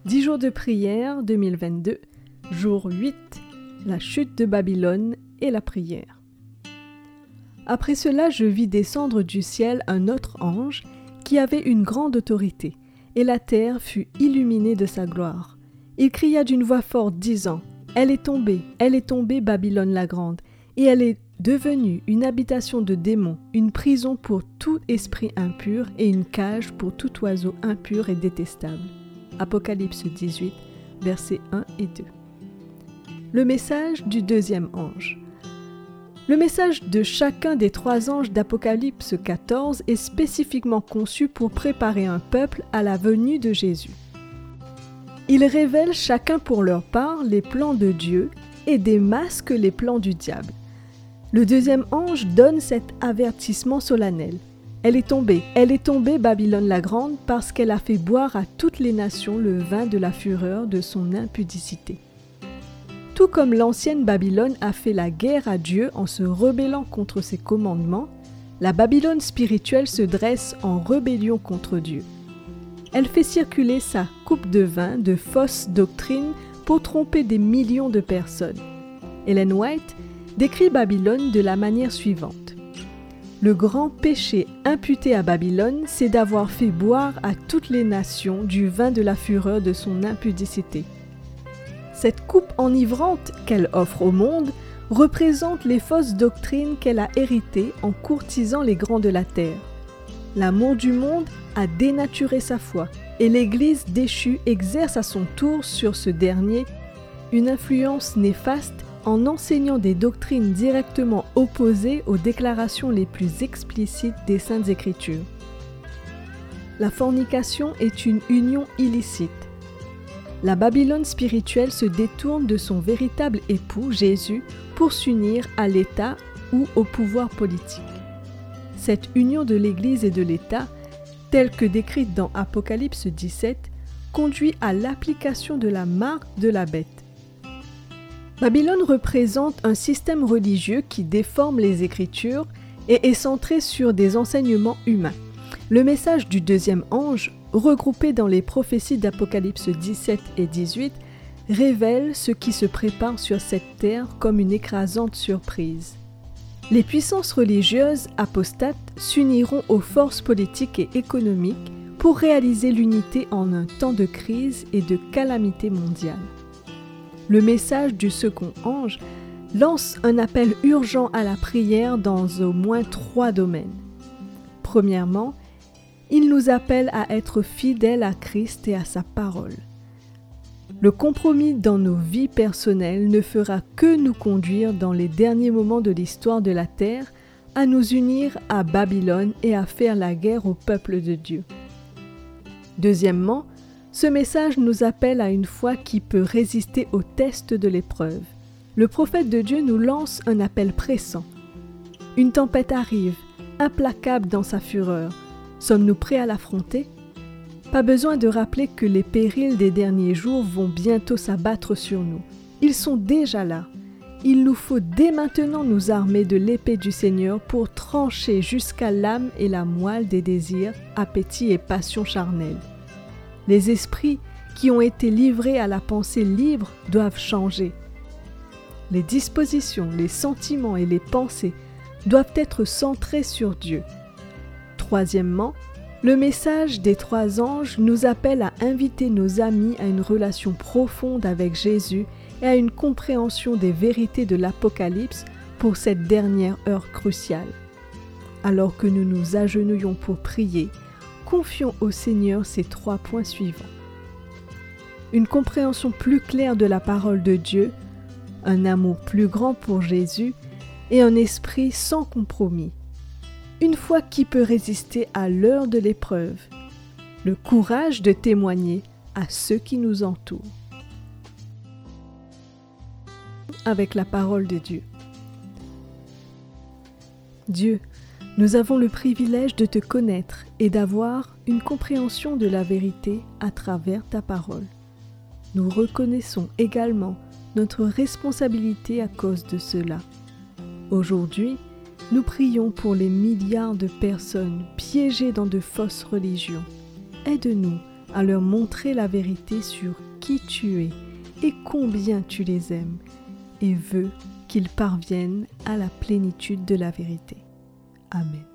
10 jours de prière 2022, jour 8, la chute de Babylone et la prière. Après cela, je vis descendre du ciel un autre ange qui avait une grande autorité, et la terre fut illuminée de sa gloire. Il cria d'une voix forte, disant : Elle est tombée, Babylone la grande, et elle est devenue une habitation de démons, une prison pour tout esprit impur et une cage pour tout oiseau impur et détestable. Apocalypse 18, versets 1 et 2. Le message du deuxième ange. Le message de chacun des 3 anges d'Apocalypse 14 est spécifiquement conçu pour préparer un peuple à la venue de Jésus. Ils révèlent chacun pour leur part les plans de Dieu et démasquent les plans du diable. Le deuxième ange donne cet avertissement solennel. Elle est tombée, Babylone la grande, parce qu'elle a fait boire à toutes les nations le vin de la fureur de son impudicité. Tout comme l'ancienne Babylone a fait la guerre à Dieu en se rebellant contre ses commandements, la Babylone spirituelle se dresse en rébellion contre Dieu. Elle fait circuler sa coupe de vin de fausses doctrines pour tromper des millions de personnes. Ellen White décrit Babylone de la manière suivante. Le grand péché imputé à Babylone, c'est d'avoir fait boire à toutes les nations du vin de la fureur de son impudicité. Cette coupe enivrante qu'elle offre au monde représente les fausses doctrines qu'elle a héritées en courtisant les grands de la terre. L'amour du monde a dénaturé sa foi et l'Église déchue exerce à son tour sur ce dernier une influence néfaste en enseignant des doctrines directement opposées aux déclarations les plus explicites des Saintes Écritures. La fornication est une union illicite. La Babylone spirituelle se détourne de son véritable époux, Jésus, pour s'unir à l'État ou au pouvoir politique. Cette union de l'Église et de l'État, telle que décrite dans Apocalypse 17, conduit à l'application de la marque de la bête. Babylone représente un système religieux qui déforme les Écritures et est centré sur des enseignements humains. Le message du deuxième ange, regroupé dans les prophéties d'Apocalypse 17 et 18, révèle ce qui se prépare sur cette terre comme une écrasante surprise. Les puissances religieuses apostates s'uniront aux forces politiques et économiques pour réaliser l'unité en un temps de crise et de calamité mondiale. Le message du second ange lance un appel urgent à la prière dans au moins 3 domaines. Premièrement, il nous appelle à être fidèles à Christ et à sa parole. Le compromis dans nos vies personnelles ne fera que nous conduire dans les derniers moments de l'histoire de la terre à nous unir à Babylone et à faire la guerre au peuple de Dieu. Deuxièmement, ce message nous appelle à une foi qui peut résister au test de l'épreuve. Le prophète de Dieu nous lance un appel pressant. Une tempête arrive, implacable dans sa fureur. Sommes-nous prêts à l'affronter ? Pas besoin de rappeler que les périls des derniers jours vont bientôt s'abattre sur nous. Ils sont déjà là. Il nous faut dès maintenant nous armer de l'épée du Seigneur pour trancher jusqu'à l'âme et la moelle des désirs, appétits et passions charnelles. Les esprits qui ont été livrés à la pensée libre doivent changer. Les dispositions, les sentiments et les pensées doivent être centrés sur Dieu. Troisièmement, le message des 3 anges nous appelle à inviter nos amis à une relation profonde avec Jésus et à une compréhension des vérités de l'Apocalypse pour cette dernière heure cruciale. Alors que nous nous agenouillons pour prier, confions au Seigneur ces 3 points suivants. Une compréhension plus claire de la parole de Dieu, un amour plus grand pour Jésus et un esprit sans compromis. Une foi qui peut résister à l'heure de l'épreuve, le courage de témoigner à ceux qui nous entourent. Avec la parole de Dieu. Dieu, nous avons le privilège de te connaître et d'avoir une compréhension de la vérité à travers ta parole. Nous reconnaissons également notre responsabilité à cause de cela. Aujourd'hui, nous prions pour les milliards de personnes piégées dans de fausses religions. Aide-nous à leur montrer la vérité sur qui tu es et combien tu les aimes, et veut qu'ils parviennent à la plénitude de la vérité. Amen.